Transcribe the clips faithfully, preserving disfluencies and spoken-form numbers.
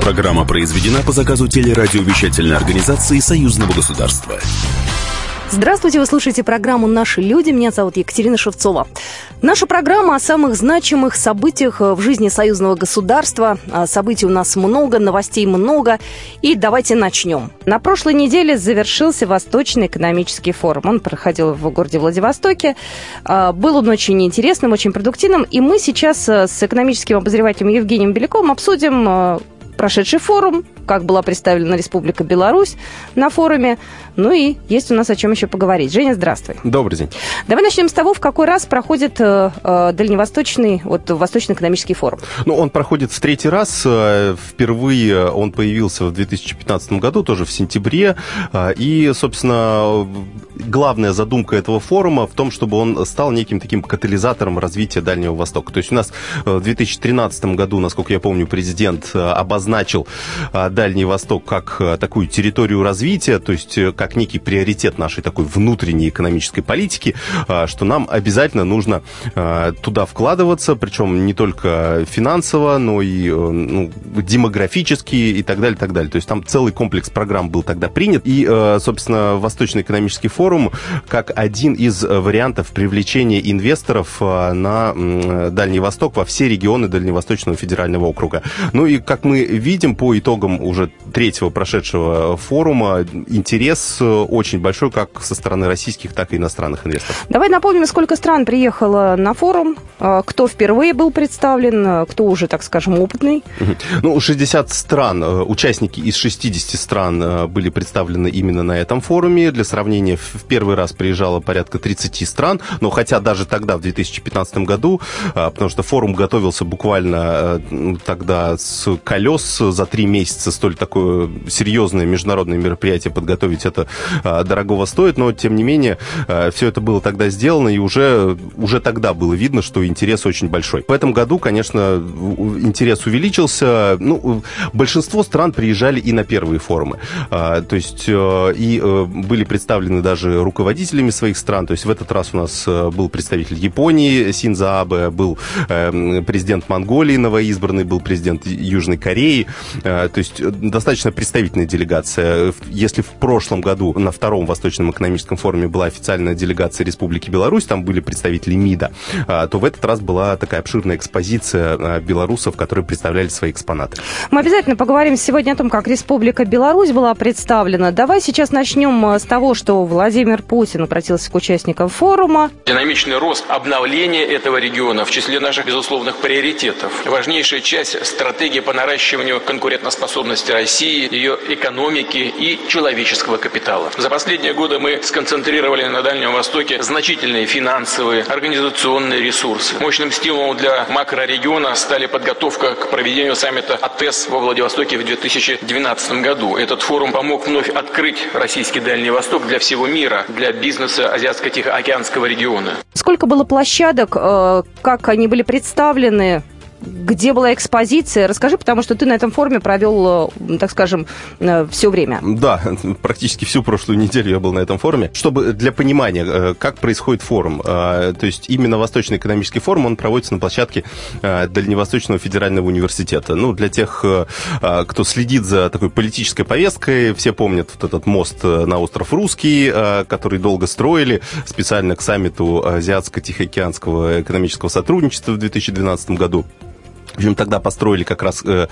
Программа произведена по заказу телерадиовещательной организации Союзного государства. Здравствуйте, вы слушаете программу «Наши люди». Меня зовут Екатерина Шевцова. Наша программа о самых значимых событиях в жизни союзного государства. Событий у нас много, новостей много. И давайте начнем. На прошлой неделе завершился Восточный экономический форум. Он проходил в городе Владивостоке. Был он очень интересным, очень продуктивным. И мы сейчас с экономическим обозревателем Евгением Беляковым обсудим прошедший форум, как была представлена Республика Беларусь на форуме. Ну и есть у нас о чем еще поговорить. Женя, здравствуй. Добрый день. Давай начнем с того, в какой раз проходит э, э, дальневосточный, вот, Восточный экономический форум. Ну, он проходит в третий раз. Впервые он появился в две тысячи пятнадцатом году, тоже в сентябре. И, собственно, главная задумка этого форума в том, чтобы он стал неким таким катализатором развития Дальнего Востока. То есть у нас в две тысячи тринадцатом году, насколько я помню, президент обозначил Дальний Восток как такую территорию развития, то есть как некий приоритет нашей такой внутренней экономической политики, что нам обязательно нужно туда вкладываться, причем не только финансово, но и ну, демографически и так далее, так далее. То есть там целый комплекс программ был тогда принят. И, собственно, Восточный экономический форум как один из вариантов привлечения инвесторов на Дальний Восток во все регионы Дальневосточного федерального округа. Ну и, как мы видим, по итогам уже третьего прошедшего форума, интерес очень большой как со стороны российских, так и иностранных инвесторов. Давай напомним, сколько стран приехало на форум, кто впервые был представлен, кто уже, так скажем, опытный. Ну, шестьдесят стран, участники из шестидесяти стран были представлены именно на этом форуме. Для сравнения, в первый раз приезжало порядка тридцати стран, но хотя даже тогда, в две тысячи пятнадцатом году, потому что форум готовился буквально тогда с колес за три месяца, столь такое серьезное международное мероприятие подготовить, это а, дорогого стоит, но, тем не менее, а, все это было тогда сделано, и уже, уже тогда было видно, что интерес очень большой. В этом году, конечно, интерес увеличился. Ну, большинство стран приезжали и на первые форумы. А, то есть, а, и а, были представлены даже руководителями своих стран. То есть, в этот раз у нас был представитель Японии, Синдзо Абе, был а, президент Монголии новоизбранный, был президент Южной Кореи. А, то есть, достаточно представительная делегация. Если в прошлом году на втором Восточном экономическом форуме была официальная делегация Республики Беларусь, там были представители МИДа, то в этот раз была такая обширная экспозиция белорусов, которые представляли свои экспонаты. Мы обязательно поговорим сегодня о том, как Республика Беларусь была представлена. Давай сейчас начнем с того, что Владимир Путин обратился к участникам форума. Динамичный рост, обновление этого региона в числе наших безусловных приоритетов. Важнейшая часть стратегии по наращиванию конкурентоспособности России, ее экономики и человеческого капитала. За последние годы мы сконцентрировали на Дальнем Востоке значительные финансовые, организационные ресурсы. Мощным стимулом для макрорегиона стали подготовка к проведению саммита АТЭС во Владивостоке в две тысячи двенадцатом году. Этот форум помог вновь открыть российский Дальний Восток для всего мира, для бизнеса Азиатско-Тихоокеанского региона. Сколько было площадок, как они были представлены? Где была экспозиция? Расскажи, потому что ты на этом форуме провел, так скажем, все время. Да, практически всю прошлую неделю я был на этом форуме. Чтобы для понимания, как происходит форум, то есть именно Восточный экономический форум, он проводится на площадке Дальневосточного федерального университета. Ну, для тех, кто следит за такой политической повесткой, все помнят вот этот мост на остров Русский, который долго строили специально к саммиту Азиатско-Тихоокеанского экономического сотрудничества в две тысячи двенадцатом году. В общем, тогда построили как раз э,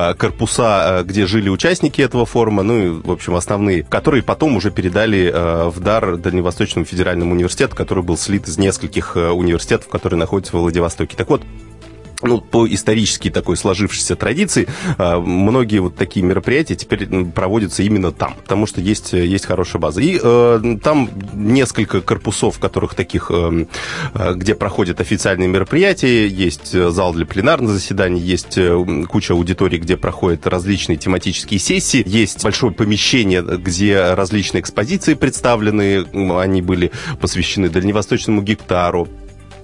корпуса, где жили участники этого форума, ну и, в общем, основные, которые потом уже передали э, в дар Дальневосточному федеральному университету, который был слит из нескольких э, университетов, которые находятся во Владивостоке. Так вот, ну, по исторически такой сложившейся традиции, многие вот такие мероприятия теперь проводятся именно там, потому что есть, есть хорошая база. И э, там несколько корпусов, которых таких, э, где проходят официальные мероприятия, есть зал для пленарных заседаний, есть куча аудиторий, где проходят различные тематические сессии, есть большое помещение, где различные экспозиции представлены, они были посвящены Дальневосточному гектару,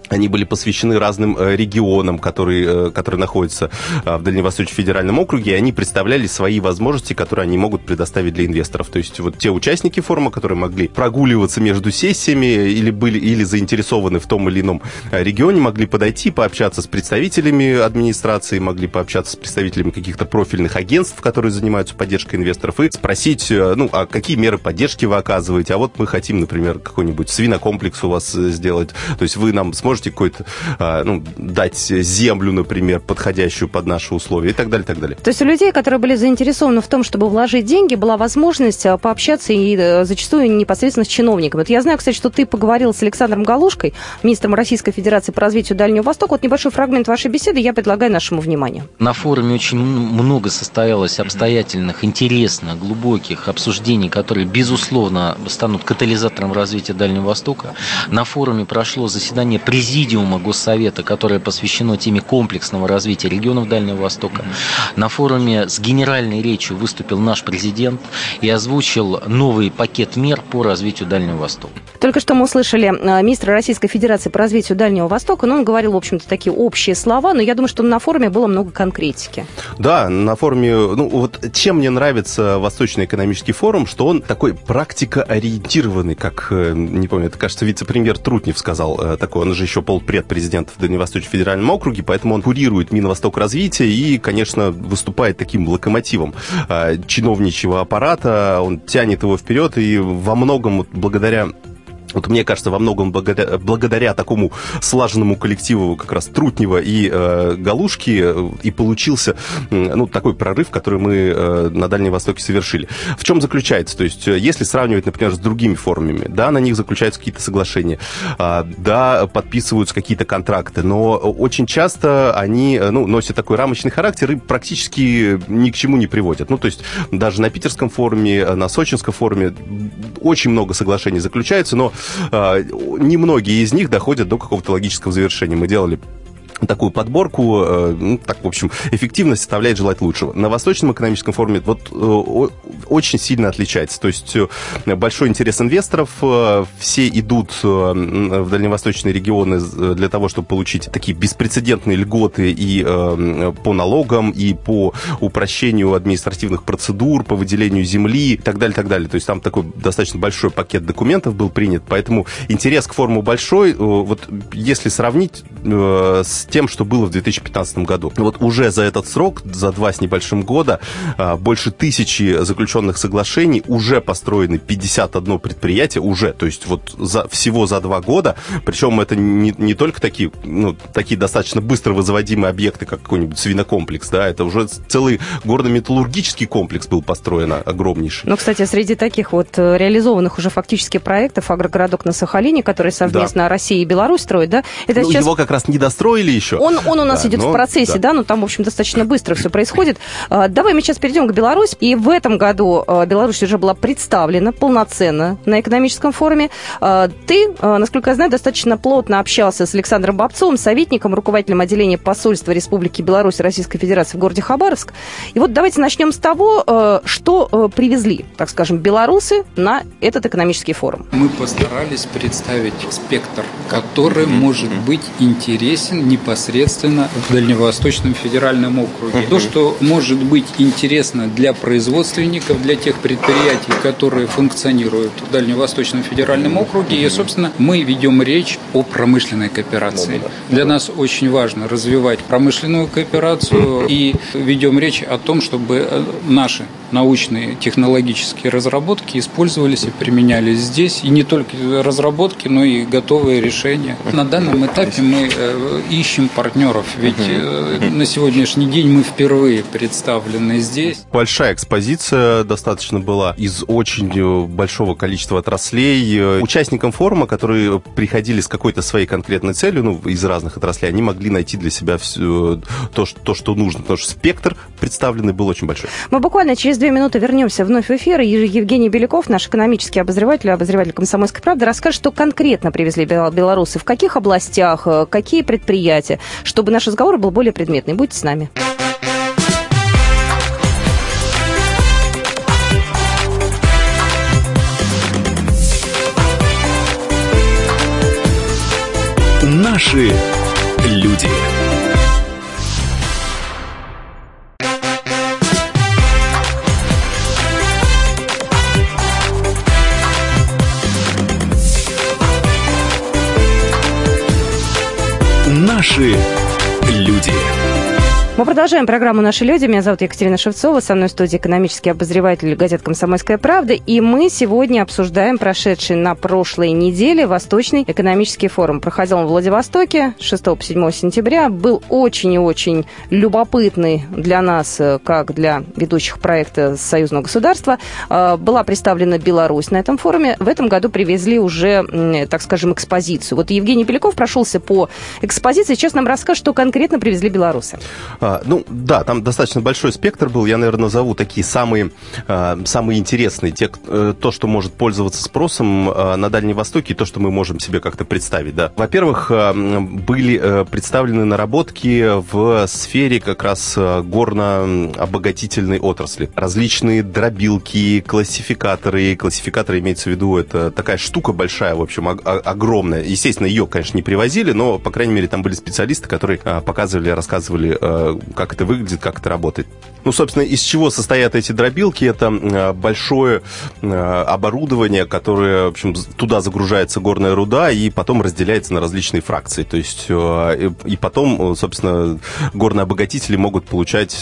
Они были посвящены разным регионам, которые, которые находятся в Дальневосточном федеральном округе, и они представляли свои возможности, которые они могут предоставить для инвесторов. То есть вот те участники форума, которые могли прогуливаться между сессиями или были или заинтересованы в том или ином регионе, могли подойти, пообщаться с представителями администрации, могли пообщаться с представителями каких-то профильных агентств, которые занимаются поддержкой инвесторов, и спросить, ну, а какие меры поддержки вы оказываете, а вот мы хотим, например, какой-нибудь свинокомплекс у вас сделать, то есть вы нам сможете какой-то, ну, дать землю, например, подходящую под наши условия и так далее, и так далее. То есть у людей, которые были заинтересованы в том, чтобы вложить деньги, была возможность пообщаться и зачастую непосредственно с чиновниками. Вот я знаю, кстати, что ты поговорил с Александром Галушкой, министром Российской Федерации по развитию Дальнего Востока. Вот небольшой фрагмент вашей беседы я предлагаю нашему вниманию. На форуме очень много состоялось обстоятельных, интересных, глубоких обсуждений, которые, безусловно, станут катализатором развития Дальнего Востока. На форуме прошло заседание президиума Президиума Госсовета, которое посвящено теме комплексного развития регионов Дальнего Востока. На форуме с генеральной речью выступил наш президент и озвучил новый пакет мер по развитию Дальнего Востока. Только что мы услышали министра Российской Федерации по развитию Дальнего Востока, но он говорил, в общем-то, такие общие слова, но я думаю, что на форуме было много конкретики. Да, на форуме, ну вот чем мне нравится Восточный экономический форум, что он такой практикоориентированный, как, не помню, это, кажется, вице-премьер Трутнев сказал такой, он же еще полпред президента в Дальневосточном федеральном округе, поэтому он курирует Минвостокразвитие и, конечно, выступает таким локомотивом чиновничьего аппарата, он тянет его вперед, и во многом благодаря Вот мне кажется, во многом благодаря, благодаря такому слаженному коллективу как раз Трутнева и э, Галушки э, и получился э, ну, такой прорыв, который мы э, на Дальнем Востоке совершили. В чем заключается? То есть, если сравнивать, например, с другими форумами, да, на них заключаются какие-то соглашения, э, да, подписываются какие-то контракты, но очень часто они ну, носят такой рамочный характер и практически ни к чему не приводят. Ну, то есть, даже на Питерском форуме, на Сочинском форуме очень много соглашений заключается, но немногие из них доходят до какого-то логического завершения. Мы делали такую подборку, ну, так, в общем, эффективность составляет желать лучшего. На Восточном экономическом форуме вот очень сильно отличается. То есть большой интерес инвесторов, все идут в дальневосточные регионы для того, чтобы получить такие беспрецедентные льготы и по налогам, и по упрощению административных процедур, по выделению земли и так далее, так далее. То есть там такой достаточно большой пакет документов был принят, поэтому интерес к форуму большой. Вот если сравнить с тем, что было в две тысячи пятнадцатом году. Вот уже за этот срок, за два с небольшим года, больше тысячи заключенных соглашений, уже построены пятьдесят одно предприятие, уже, то есть вот за, всего за два года, причем это не, не только такие, ну, такие достаточно быстро возводимые объекты, как какой-нибудь свинокомплекс, да, это уже целый горно-металлургический комплекс был построен, огромнейший. Ну, кстати, среди таких вот реализованных уже фактически проектов агрогородок на Сахалине, который совместно да. Россия и Беларусь строят, да? Это ну, сейчас... его как раз не достроили еще. Он, он у нас да, идет но, в процессе, да. да, но там, в общем, достаточно быстро все происходит. Давай мы сейчас перейдем к Беларуси. И в этом году Беларусь уже была представлена полноценно на экономическом форуме. Ты, насколько я знаю, достаточно плотно общался с Александром Бобцовым, советником, руководителем отделения посольства Республики Беларусь Российской Федерации в городе Хабаровск. И вот давайте начнем с того, что привезли, так скажем, белорусы на этот экономический форум. Мы постарались представить спектр, который mm-hmm. может быть интересен непосредственно в Дальневосточном федеральном округе. Mm-hmm. То, что может быть интересно для производственников, для тех предприятий, которые функционируют в Дальневосточном федеральном округе. И, собственно, мы ведем речь о промышленной кооперации. Для нас очень важно развивать промышленную кооперацию и ведем речь о том, чтобы наши научные технологические разработки использовались и применялись здесь. И не только разработки, но и готовые решения. На данном этапе мы ищем партнеров, ведь на сегодняшний день мы впервые представлены здесь. Большая экспозиция достаточно была из очень большого количества отраслей. Участникам форума, которые приходили с какой-то своей конкретной целью, ну, из разных отраслей, они могли найти для себя все, то, что, то, что нужно, потому что спектр представленный был очень большой. Мы буквально через две минуты вернемся вновь в эфир, и Евгений Беляков, наш экономический обозреватель, обозреватель «Комсомольской правды», расскажет, что конкретно привезли белорусы, в каких областях, какие предприятия, чтобы наш разговор был более предметный. Будьте с нами. Наши Наши люди. Мы продолжаем программу «Наши люди». Меня зовут Екатерина Шевцова. Со мной в студии экономический обозреватель газеты «Комсомольская правда». И мы сегодня обсуждаем прошедший на прошлой неделе Восточный экономический форум. Проходил он в Владивостоке с шестого по седьмое сентября. Был очень и очень любопытный для нас, как для ведущих проекта союзного государства. Была представлена Беларусь на этом форуме. В этом году привезли уже, так скажем, экспозицию. Вот Евгений Беляков прошелся по экспозиции. Сейчас нам расскажет, что конкретно привезли белорусы. А, ну, да, там достаточно большой спектр был. Я, наверное, назову такие самые, а, самые интересные. Те, то, что может пользоваться спросом а, на Дальнем Востоке, и то, что мы можем себе как-то представить. Да. Во-первых, а, были а, представлены наработки в сфере как раз горно-обогатительной отрасли. Различные дробилки, классификаторы. Классификаторы, имеется в виду, это такая штука большая, в общем, о- огромная. Естественно, ее, конечно, не привозили, но, по крайней мере, там были специалисты, которые а, показывали, рассказывали, а, как это выглядит, как это работает. Ну, собственно, из чего состоят эти дробилки? Это большое оборудование, которое, в общем, туда загружается горная руда и потом разделяется на различные фракции. То есть, и потом, собственно, горные обогатители могут получать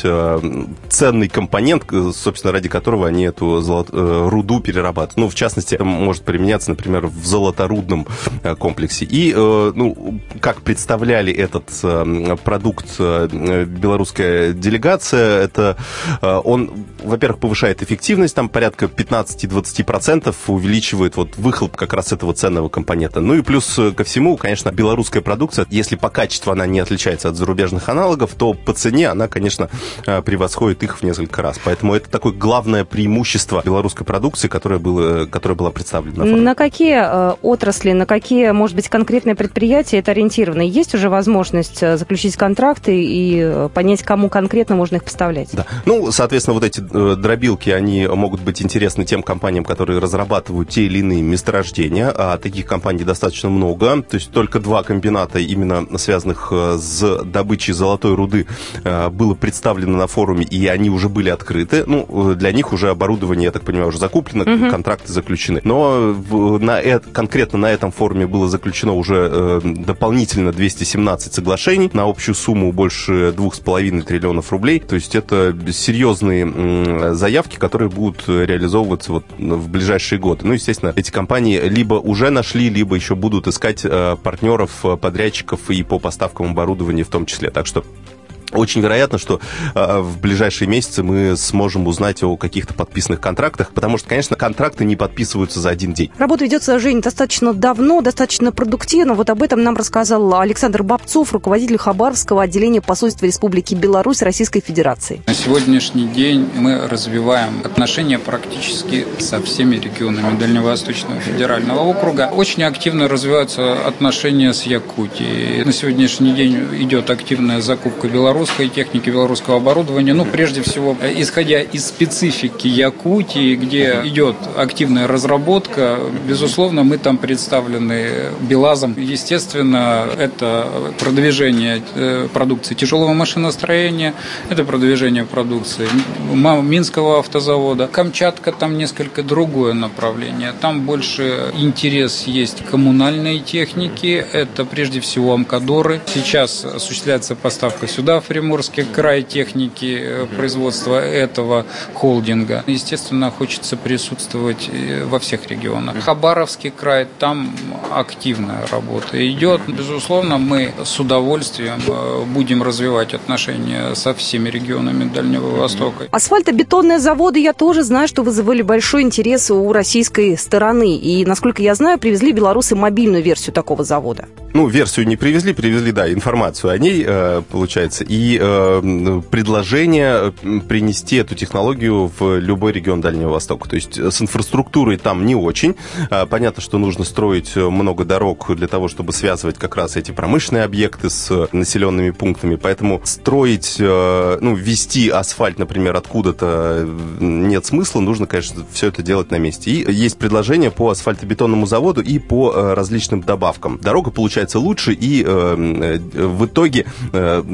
ценный компонент, собственно, ради которого они эту золото- руду перерабатывают. Ну, в частности, это может применяться, например, в золоторудном комплексе. И, ну, как представляли этот продукт белорусская делегация, это он, во-первых, повышает эффективность, там порядка пятнадцать-двадцать процентов увеличивает вот выхлоп как раз этого ценного компонента. Ну и плюс ко всему, конечно, белорусская продукция, если по качеству она не отличается от зарубежных аналогов, то по цене она, конечно, превосходит их в несколько раз. Поэтому это такое главное преимущество белорусской продукции, которая, было, которая была представлена на форуме. На какие э, отрасли, на какие, может быть, конкретные предприятия это ориентировано? Есть уже возможность заключить контракты и понять, кому конкретно можно их поставлять? Да. Ну, соответственно, вот эти э, дробилки, они могут быть интересны тем компаниям, которые разрабатывают те или иные месторождения, а таких компаний достаточно много. То есть только два комбината, именно связанных э, с добычей золотой руды, э, было представлено на форуме, и они уже были открыты. Ну, для них уже оборудование, я так понимаю, уже закуплено, угу. контракты заключены. Но в, на это, конкретно на этом форуме было заключено уже э, дополнительно двести семнадцать соглашений на общую сумму больше двух с половиной триллионов рублей. То есть это серьезные заявки, которые будут реализовываться вот в ближайшие годы. Ну, естественно, эти компании либо уже нашли, либо еще будут искать партнеров, подрядчиков и по поставкам оборудования в том числе. Так что очень вероятно, что э, в ближайшие месяцы мы сможем узнать о каких-то подписанных контрактах, потому что, конечно, контракты не подписываются за один день. Работа ведется, Жень, достаточно давно, достаточно продуктивно. Вот об этом нам рассказал Александр Бобцов, руководитель Хабаровского отделения посольства Республики Беларусь Российской Федерации. На сегодняшний день мы развиваем отношения практически со всеми регионами Дальневосточного федерального округа. Очень активно развиваются отношения с Якутией. На сегодняшний день идет активная закупка белорусской техники, белорусского оборудования. Ну, прежде всего, исходя из специфики Якутии, где идет активная разработка, безусловно, мы там представлены БелАЗом. Естественно, это продвижение продукции тяжелого машиностроения, это продвижение продукции Минского автозавода. Камчатка, там несколько другое направление. Там больше интерес есть к коммунальной технике. Это прежде всего Амкадоры. Сейчас осуществляется поставка сюда, в Приморский край, техники производства этого холдинга. Естественно, хочется присутствовать во всех регионах. Хабаровский край, там активная работа идет. Безусловно, мы с удовольствием будем развивать отношения со всеми регионами Дальнего Востока. Асфальтобетонные заводы, я тоже знаю, что вызывали большой интерес у российской стороны. И, насколько я знаю, привезли белорусы мобильную версию такого завода. Ну, версию не привезли, привезли, да, информацию о ней, получается, и э, предложение принести эту технологию в любой регион Дальнего Востока. То есть с инфраструктурой там не очень. Понятно, что нужно строить много дорог для того, чтобы связывать как раз эти промышленные объекты с населенными пунктами. Поэтому строить, ну, везти асфальт, например, откуда-то нет смысла. Нужно, конечно, все это делать на месте. И есть предложение по асфальтобетонному заводу и по различным добавкам. Дорога получается лучше, и э, в итоге э, местные власти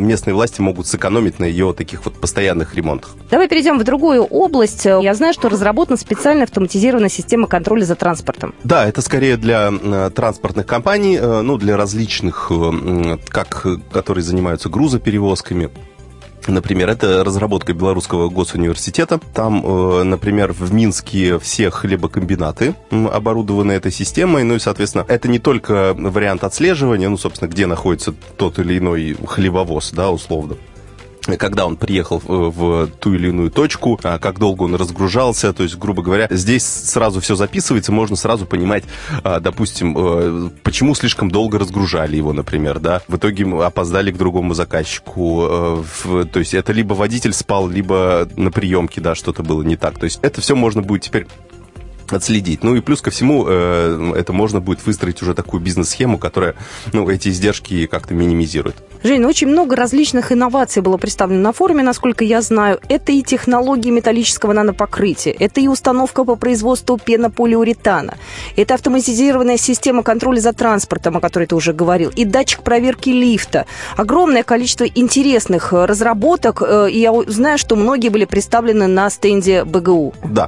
власти могут сэкономить на ее таких вот постоянных ремонтах. Давай перейдем в другую область. Я знаю, что разработана специальная автоматизированная система контроля за транспортом. Да, это скорее для э, транспортных компаний, э, ну, для различных, э, как, которые занимаются грузоперевозками. Например, это разработка Белорусского госуниверситета. Там, э, например, в Минске все хлебокомбинаты оборудованы этой системой. Ну и, соответственно, это не только вариант отслеживания, ну, собственно, где находится тот или иной хлебовоз, да, условно. Когда он приехал в ту или иную точку, как долго он разгружался, то есть, грубо говоря, здесь сразу все записывается, можно сразу понимать, допустим, почему слишком долго разгружали его, например, да, в итоге опоздали к другому заказчику, то есть это либо водитель спал, либо на приемке, да, что-то было не так, то есть это все можно будет теперь отследить. Ну и плюс ко всему, э, это можно будет выстроить уже такую бизнес-схему, которая, ну, эти издержки как-то минимизирует. Жень, ну, очень много различных инноваций было представлено на форуме, насколько я знаю. Это и технологии металлического нанопокрытия, это и установка по производству пенополиуретана, это автоматизированная система контроля за транспортом, о которой ты уже говорил, и датчик проверки лифта. Огромное количество интересных разработок, и я знаю, что многие были представлены на стенде бэ гэ у. Да,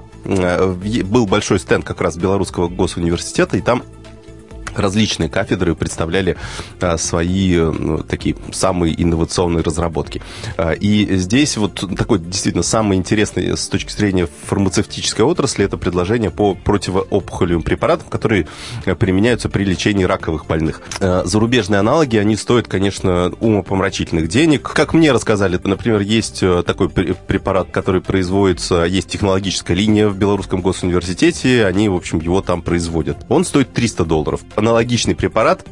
был большой стенд как раз Белорусского госуниверситета, и там различные кафедры представляли а, свои ну, такие самые инновационные разработки. А, и здесь вот такой действительно самый интересный с точки зрения фармацевтической отрасли это предложение по противоопухолевым препаратам, которые применяются при лечении раковых больных. А, зарубежные аналоги, они стоят, конечно, умопомрачительных денег. Как мне рассказали, например, есть такой препарат, который производится, есть технологическая линия в Белорусском госуниверситете, они, в общем, его там производят. Он стоит триста долларов. Аналогичный препарат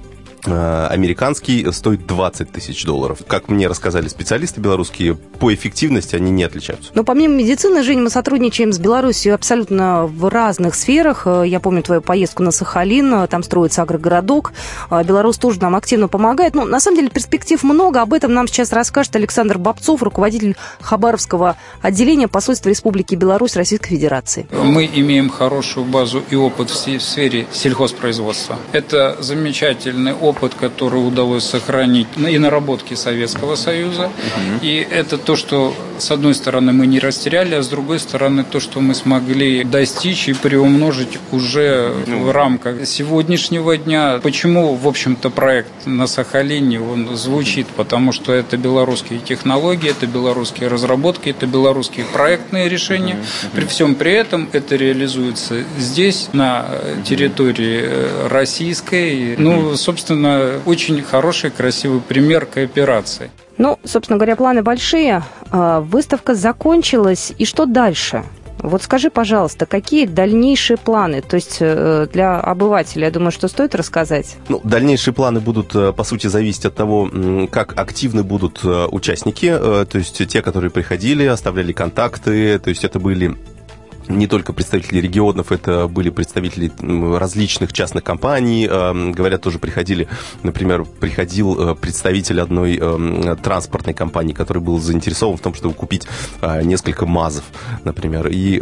американский стоит двадцать тысяч долларов. Как мне рассказали специалисты белорусские, по эффективности они не отличаются. Но помимо медицины, Жень, мы сотрудничаем с Беларусью абсолютно в разных сферах. Я помню твою поездку на Сахалин, там строится агрогородок. Беларусь тоже нам активно помогает. Ну, на самом деле, перспектив много. Об этом нам сейчас расскажет Александр Бобцов, руководитель Хабаровского отделения посольства Республики Беларусь Российской Федерации. Мы имеем хорошую базу и опыт в сфере сельхозпроизводства. Это замечательный опыт. Опыт, который удалось сохранить и наработки Советского Союза. Uh-huh. И это то, что, с одной стороны, мы не растеряли, а с другой стороны, то, что мы смогли достичь и приумножить уже uh-huh. в рамках сегодняшнего дня. Почему, в общем-то, проект на Сахалине, он звучит? Потому что это белорусские технологии, это белорусские разработки, это белорусские проектные решения. Uh-huh. При всем при этом это реализуется здесь, на территории российской. Ну, собственно, очень хороший, красивый пример кооперации. Ну, собственно говоря, планы большие. Выставка закончилась. И что дальше? Вот скажи, пожалуйста, какие дальнейшие планы? То есть для обывателя, я думаю, что стоит рассказать? Ну, дальнейшие планы будут, по сути, зависеть от того, как активны будут участники. То есть те, которые приходили, оставляли контакты. То есть это были не только представители регионов, это были представители различных частных компаний. Говорят, тоже приходили, например, приходил представитель одной транспортной компании, который был заинтересован в том, чтобы купить несколько МАЗов, например, и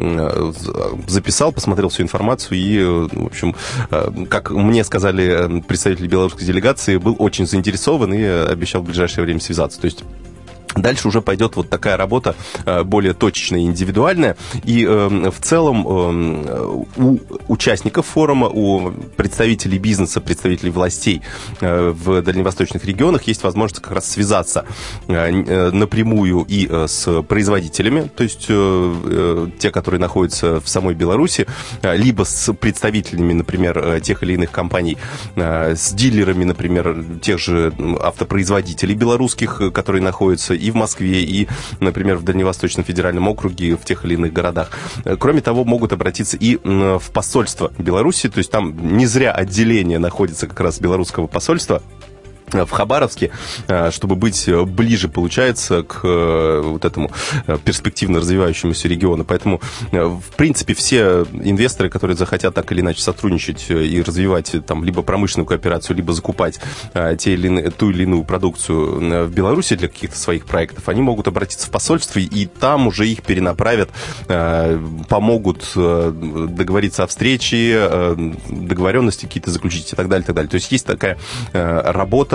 записал, посмотрел всю информацию и, в общем, как мне сказали представители белорусской делегации, был очень заинтересован и обещал в ближайшее время связаться. То есть дальше уже пойдет вот такая работа более точечная и индивидуальная. И э, в целом э, у участников форума, у представителей бизнеса, представителей властей э, в дальневосточных регионах есть возможность как раз связаться э, напрямую и э, с производителями, то есть э, э, те, которые находятся в самой Беларуси, э, либо с представителями, например, тех или иных компаний, э, с дилерами, например, тех же автопроизводителей белорусских, которые находятся и в Москве, и, например, в Дальневосточном федеральном округе, в тех или иных городах. Кроме того, могут обратиться и в посольство Беларуси, то есть там не зря отделение находится как раз белорусского посольства в Хабаровске, чтобы быть ближе, получается, к вот этому перспективно развивающемуся региону. Поэтому, в принципе, все инвесторы, которые захотят так или иначе сотрудничать и развивать там либо промышленную кооперацию, либо закупать те или иные, ту или иную продукцию в Беларуси для каких-то своих проектов, они могут обратиться в посольство, и там уже их перенаправят, помогут договориться о встрече, договоренности какие-то заключить и так далее, и так далее. То есть есть такая работа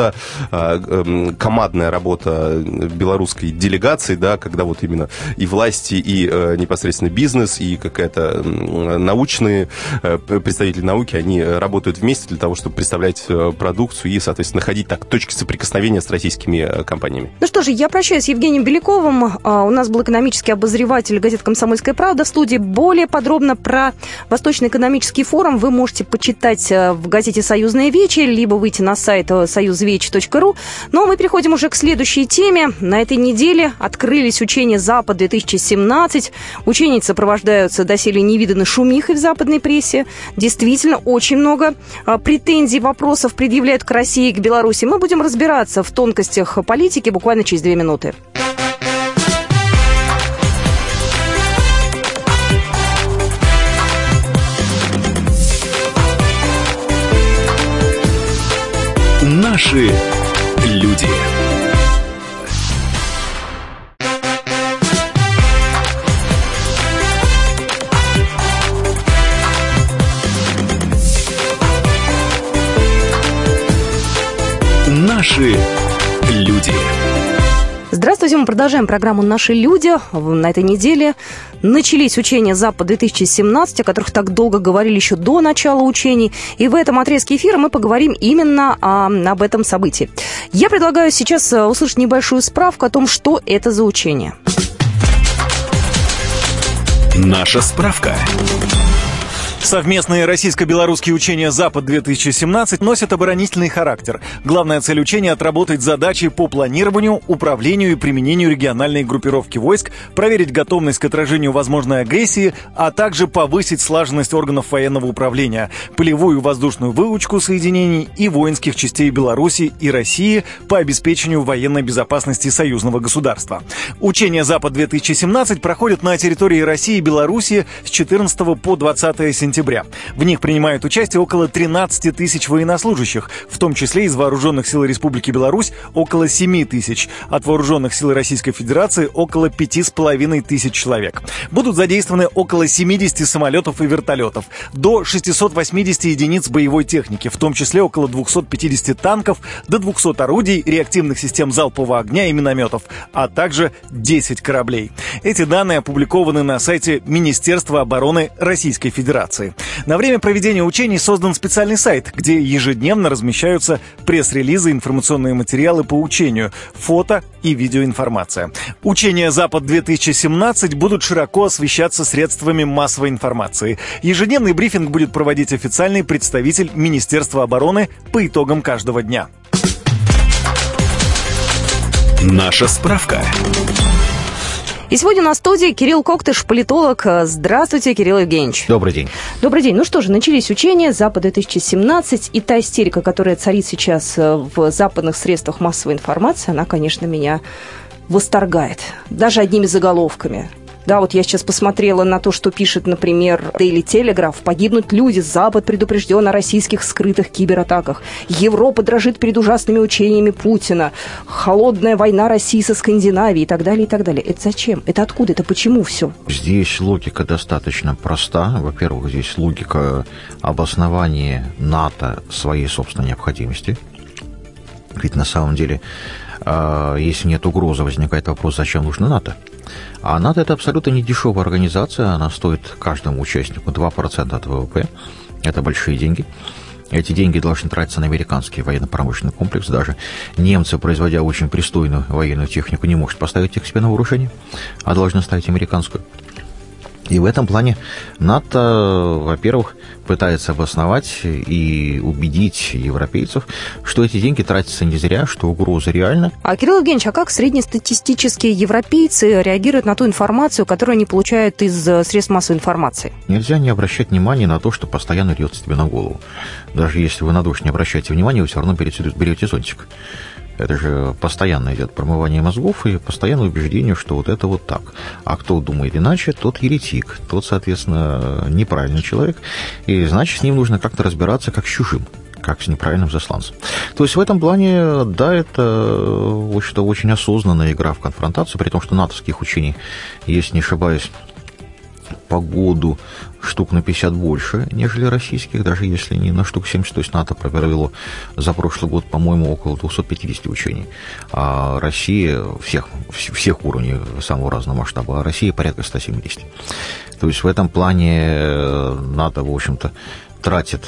это командная работа белорусской делегации, да, когда вот именно и власти, и непосредственно бизнес, и какая-то научные представители науки, они работают вместе для того, чтобы представлять продукцию и, соответственно, находить так точки соприкосновения с российскими компаниями. Ну что же, я прощаюсь с Евгением Беляковым. У нас был экономический обозреватель газеты «Комсомольская правда» в студии. Более подробно про Восточный экономический форум вы можете почитать в газете «Союзная вечер», либо выйти на сайт союзвеч точка ру. Ну а мы переходим уже к следующей теме. На этой неделе открылись учения «Запад-две тысячи семнадцать». Учения сопровождаются доселе невиданной шумихой в западной прессе. Действительно, очень много претензий, вопросов предъявляют к России и к Беларуси. Мы будем разбираться в тонкостях политики буквально через две минуты. Наши люди. Наши люди. Здравствуйте, мы продолжаем программу «Наши люди». На этой неделе начались учения «Запад-две тысячи семнадцать», о которых так долго говорили еще до начала учений. И в этом отрезке эфира мы поговорим именно о, об этом событии. Я предлагаю сейчас услышать небольшую справку о том, что это за учение. Наша справка. Совместные российско-белорусские учения «Запад-две тысячи семнадцать» носят оборонительный характер. Главная цель учения – отработать задачи по планированию, управлению и применению региональной группировки войск, проверить готовность к отражению возможной агрессии, а также повысить слаженность органов военного управления, полевую и воздушную выучку соединений и воинских частей Беларуси и России по обеспечению военной безопасности союзного государства. Учения «Запад-две тысячи семнадцать» проходят на территории России и Беларуси с четырнадцатого по двадцатое сентября. В них принимают участие около тринадцати тысяч военнослужащих, в том числе из Вооруженных сил Республики Беларусь около семи тысяч, от Вооруженных сил Российской Федерации около пяти с половиной тысяч человек. Будут задействованы около семидесяти самолетов и вертолетов, до шестисот восьмидесяти единиц боевой техники, в том числе около двухсот пятидесяти танков, до двухсот орудий, реактивных систем залпового огня и минометов, а также десять кораблей. Эти данные опубликованы на сайте Министерства обороны Российской Федерации. На время проведения учений создан специальный сайт, где ежедневно размещаются пресс-релизы, информационные материалы по учению, фото и видеоинформация. Учения «Запад-две тысячи семнадцать» будут широко освещаться средствами массовой информации. Ежедневный брифинг будет проводить официальный представитель Министерства обороны по итогам каждого дня. Наша справка. И сегодня на студии Кирилл Коктыш, политолог. Здравствуйте, Кирилл Евгеньевич. Добрый день. Добрый день. Ну что же, начались учения «Запад-две тысячи семнадцать», и та истерика, которая царит сейчас в западных средствах массовой информации, она, конечно, меня восторгает. Даже одними заголовками. Да, вот я сейчас посмотрела на то, что пишет, например, Daily Telegraph. Погибнут люди, Запад предупрежден о российских скрытых кибератаках. Европа дрожит перед ужасными учениями Путина. Холодная война России со Скандинавией и так далее, и так далее. Это зачем? Это откуда? Это почему все? Здесь логика достаточно проста. Во-первых, здесь логика обоснования НАТО своей собственной необходимости. Ведь на самом деле, если нет угрозы, возникает вопрос, зачем нужно НАТО? А НАТО – это абсолютно не дешевая организация, она стоит каждому участнику два процента от ВВП, это большие деньги. Эти деньги должны тратиться на американский военно-промышленный комплекс. Даже немцы, производя очень пристойную военную технику, не могут поставить их себе на вооружение, а должны ставить американскую. И в этом плане НАТО, во-первых, пытается обосновать и убедить европейцев, что эти деньги тратятся не зря, что угроза реальна. А, Кирилл Евгеньевич, а как среднестатистические европейцы реагируют на ту информацию, которую они получают из средств массовой информации? Нельзя не обращать внимания на то, что постоянно льется тебе на голову. Даже если вы на дождь не обращаете внимания, вы все равно берете, берете зонтик. Это же постоянно идет промывание мозгов и постоянное убеждение, что вот это вот так. А кто думает иначе, тот еретик, тот, соответственно, неправильный человек. И значит, с ним нужно как-то разбираться как с чужим, как с неправильным засланцем. То есть в этом плане, да, это что очень осознанная игра в конфронтацию, при том, что натовских учений, если не ошибаюсь, по году штук на пятьдесят больше, нежели российских, даже если не на штук семьдесят. То есть НАТО провело за прошлый год, по-моему, около двести пятьдесят учений. А Россия всех, всех уровней самого разного масштаба, а Россия порядка сто семьдесят. То есть в этом плане НАТО, в общем-то, тратит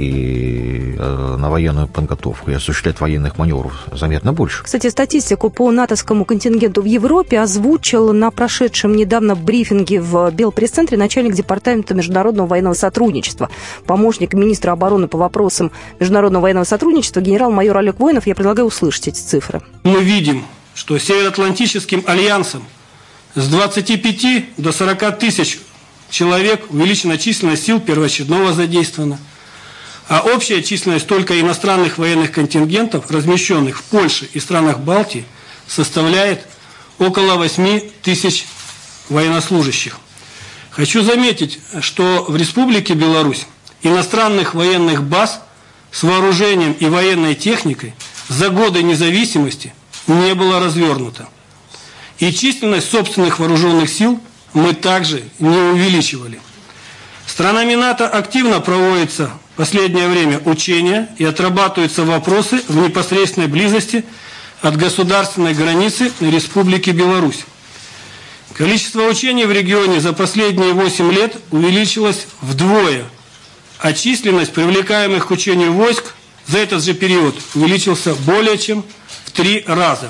и на военную подготовку и осуществляет военных маневров заметно больше. Кстати, статистику по натовскому контингенту в Европе озвучил на прошедшем недавно брифинге в Белпресс-центре начальник департамента международного военного сотрудничества, помощник министра обороны по вопросам международного военного сотрудничества генерал-майор Олег Воинов. Я предлагаю услышать эти цифры. Мы видим, что Североатлантическим альянсом с двадцати пяти до сорока тысяч человек увеличена численность сил первоочередного задействована. А общая численность только иностранных военных контингентов, размещенных в Польше и странах Балтии, составляет около восьми тысяч военнослужащих. Хочу заметить, что в Республике Беларусь иностранных военных баз с вооружением и военной техникой за годы независимости не было развернуто. И численность собственных вооруженных сил мы также не увеличивали. Странами НАТО активно проводятся в последнее время учения и отрабатываются вопросы в непосредственной близости от государственной границы Республики Беларусь. Количество учений в регионе за последние восемь лет увеличилось вдвое, а численность привлекаемых к учению войск за этот же период увеличился более чем в три раза.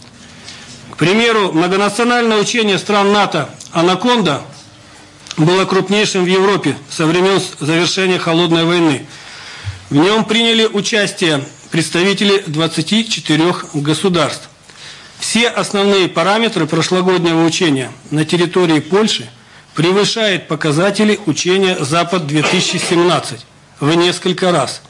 К примеру, многонациональное учение стран НАТО «Анаконда» было крупнейшим в Европе со времен завершения Холодной войны. В нем приняли участие представители двадцати четырёх государств. Все основные параметры прошлогоднего учения на территории Польши превышают показатели учения «Запад-две тысячи семнадцать» в несколько раз.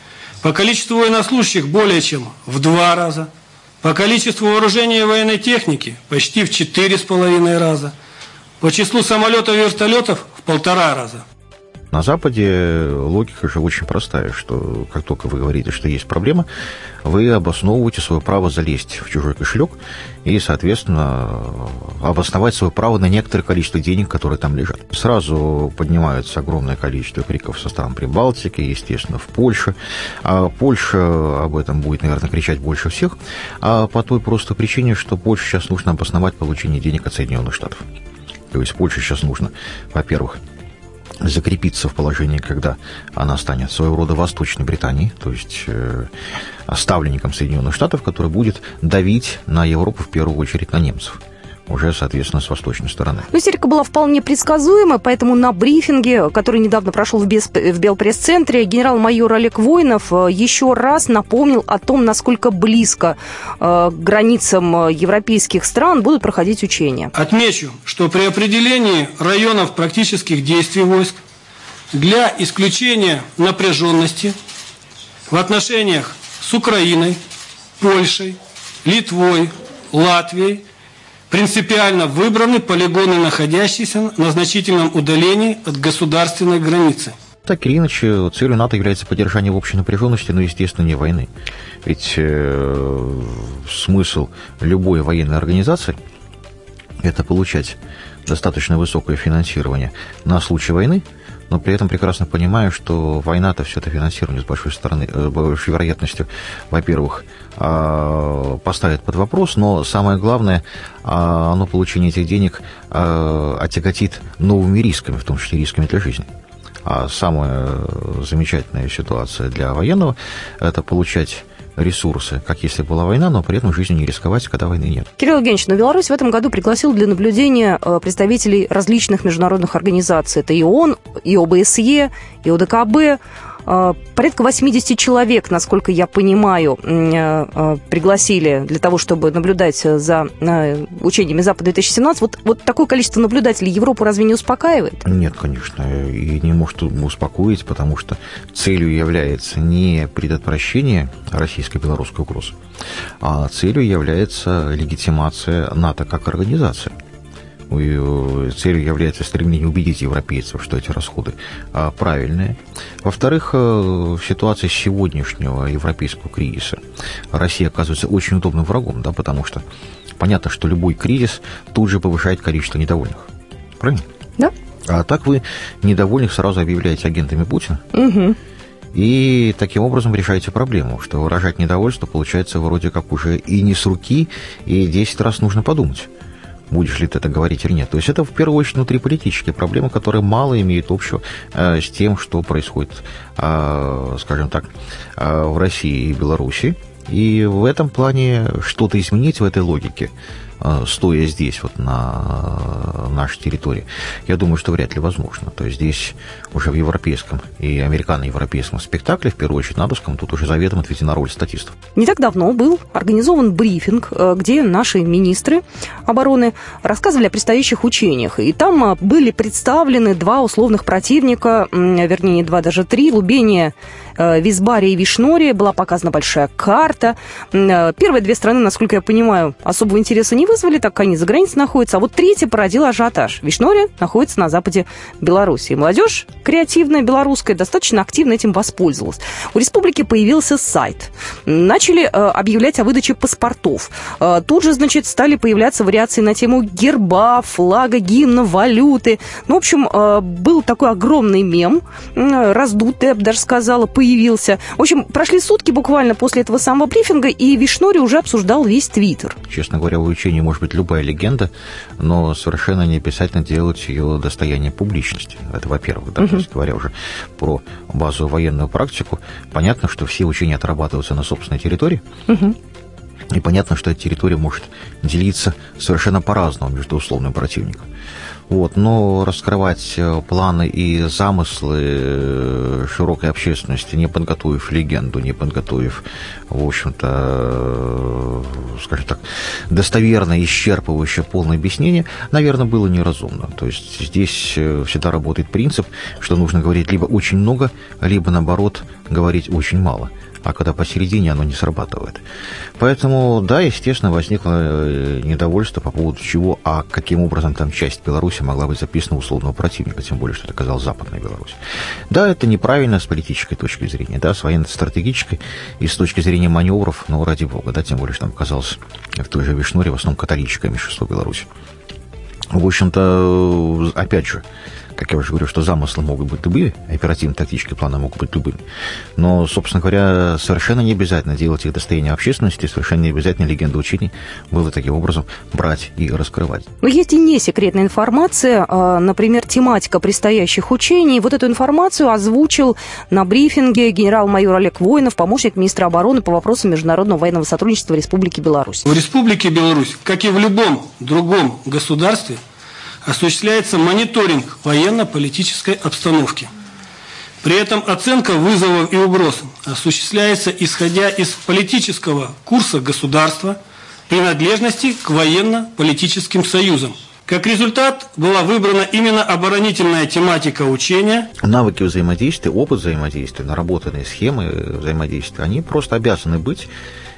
По количеству военнослужащих более чем в два раза. По количеству вооружения и военной техники почти в четыре с половиной раза. По числу самолетов и вертолетов в полтора раза. На Западе логика же очень простая, что как только вы говорите, что есть проблема, вы обосновываете свое право залезть в чужой кошелек и, соответственно, обосновать свое право на некоторое количество денег, которые там лежат. Сразу поднимается огромное количество криков со стран Прибалтики, естественно, в Польше. А Польша об этом будет, наверное, кричать больше всех, а по той простой причине, что Польше сейчас нужно обосновать получение денег от Соединенных Штатов. То есть Польше сейчас нужно, во-первых, закрепиться в положении, когда она станет своего рода Восточной Британией, то есть э, ставленником Соединенных Штатов, который будет давить на Европу, в первую очередь на немцев, уже, соответственно, с восточной стороны. Ну, истерика была вполне предсказуема, поэтому на брифинге, который недавно прошел в, Бес... в Белпресс-центре, генерал-майор Олег Воинов еще раз напомнил о том, насколько близко э, к границам европейских стран будут проходить учения. Отмечу, что при определении районов практических действий войск для исключения напряженности в отношениях с Украиной, Польшей, Литвой, Латвией принципиально выбраны полигоны, находящиеся на значительном удалении от государственной границы. Так или иначе, целью НАТО является поддержание общей напряженности, но, естественно, не войны. Ведь э, смысл любой военной организации – это получать достаточно высокое финансирование на случай войны, но при этом прекрасно понимаю, что война-то все это финансирование с большой стороны, с большой вероятностью, во-первых, поставит под вопрос, но самое главное, оно получение этих денег отяготит новыми рисками, в том числе рисками для жизни. А самая замечательная ситуация для военного – это получать ресурсы, как если была война, но при этом жизнью не рисковать, когда войны нет. Кирилл Евгеньевич, но Беларусь в этом году пригласил для наблюдения представителей различных международных организаций. Это и ООН, и ОБСЕ, и ОДКБ. Порядка восемьдесят человек, насколько я понимаю, пригласили для того, чтобы наблюдать за учениями Запад-две тысячи семнадцать. Вот, вот такое количество наблюдателей Европу разве не успокаивает? Нет, конечно, и не может успокоить, потому что целью является не предотвращение российско-белорусской угрозы, а целью является легитимация НАТО как организации. Целью является стремление убедить европейцев, что эти расходы правильные. Во-вторых, в ситуации сегодняшнего европейского кризиса Россия оказывается очень удобным врагом, да, потому что понятно, что любой кризис тут же повышает количество недовольных. Правильно? Да. А так вы недовольных сразу объявляете агентами Путина. Угу. И таким образом решаете проблему, что выражать недовольство получается вроде как уже и не с руки, и десять раз нужно подумать, будешь ли ты это говорить или нет. То есть это в первую очередь внутриполитические проблемы, которые мало имеют общего э, с тем, что происходит, э, скажем так, э, в России и Беларуси. И в этом плане что-то изменить в этой логике, стоя здесь, вот на нашей территории, я думаю, что вряд ли возможно. То есть здесь уже в европейском и американо-европейском спектакле, в первую очередь набовском, тут уже заведомо отведена роль статистов. Не так давно был организован брифинг, где наши министры обороны рассказывали о предстоящих учениях. И там были представлены два условных противника, вернее, не два, даже три, Лубения, Визбария и Вишнория. Была показана большая карта. Первые две страны, насколько я понимаю, особого интереса не вызвали, так как они за границей находятся. А вот третья породила ажиотаж. Вишнория находится на западе Беларуси. Молодежь креативная, белорусская, достаточно активно этим воспользовалась. У республики появился сайт. Начали э, объявлять о выдаче паспортов. Э, тут же, значит, стали появляться вариации на тему герба, флага, гимна, валюты. Ну, в общем, э, был такой огромный мем, э, раздутый, я бы даже сказала, появился. В общем, прошли сутки буквально после этого самого брифинга, и Вишнорий уже обсуждал весь Твиттер. Честно говоря, в учении может быть любая легенда, но совершенно не обязательно делать ее достояние публичности. Это, во-первых, да, uh-huh. то есть говоря уже про базовую военную практику, понятно, что все учения отрабатываются на собственной территории, uh-huh. и понятно, что эта территория может делиться совершенно по-разному между условным противником. Вот, но раскрывать планы и замыслы широкой общественности, не подготовив легенду, не подготовив, в общем-то, скажем так, достоверное, исчерпывающее, полное объяснение, наверное, было неразумно. То есть здесь всегда работает принцип, что нужно говорить либо очень много, либо, наоборот, говорить очень мало. А когда посередине, оно не срабатывает. Поэтому, да, естественно, возникло недовольство по поводу чего, а каким образом там часть Беларуси могла быть записана у условного противника, тем более, что это оказалась Западная Беларусь. Да, это неправильно с политической точки зрения, да, с военно-стратегической и с точки зрения маневров, но ради бога, да, тем более, что там оказалось в той же Вишноре в основном католическое меньшинство Беларуси. В общем-то, опять же, как я уже говорю, что замыслы могут быть любыми, оперативно-тактические планы могут быть любыми. Но, собственно говоря, совершенно не обязательно делать их достоянием общественности, совершенно не обязательно легенду учений было таким образом брать и раскрывать. Но есть и не секретная информация, например, тематика предстоящих учений. Вот эту информацию озвучил на брифинге генерал-майор Олег Воинов, помощник министра обороны по вопросам международного военного сотрудничества Республики Беларусь. В Республике Беларусь, как и в любом другом государстве, осуществляется мониторинг военно-политической обстановки. При этом оценка вызовов и угроз осуществляется исходя из политического курса государства, принадлежности к военно-политическим союзам. Как результат, была выбрана именно оборонительная тематика учения. Навыки взаимодействия, опыт взаимодействия, наработанные схемы взаимодействия, они просто обязаны быть.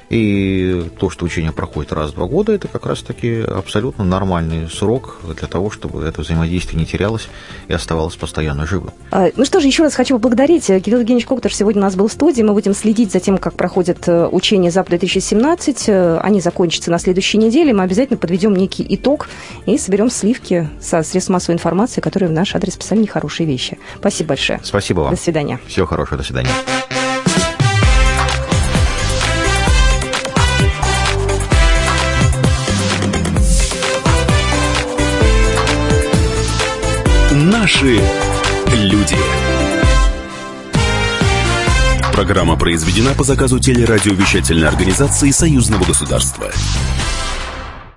И то, что учение проходит раз в два года, это как раз-таки абсолютно нормальный срок для того, чтобы это взаимодействие не терялось и оставалось постоянно живым. Ну что же, еще раз хочу поблагодарить. Кирилл Евгеньевич Коктор сегодня у нас был в студии. Мы будем следить за тем, как проходят учения ЗАП две тысячи семнадцать. Они закончатся на следующей неделе. Мы обязательно подведем некий итог и соберем сливки со средств массовой информации, которые в наш адрес писали нехорошие вещи. Спасибо большое. Спасибо вам. До свидания. Всего хорошего. До свидания. Наши люди. Программа произведена по заказу телерадиовещательной организации Союзного государства.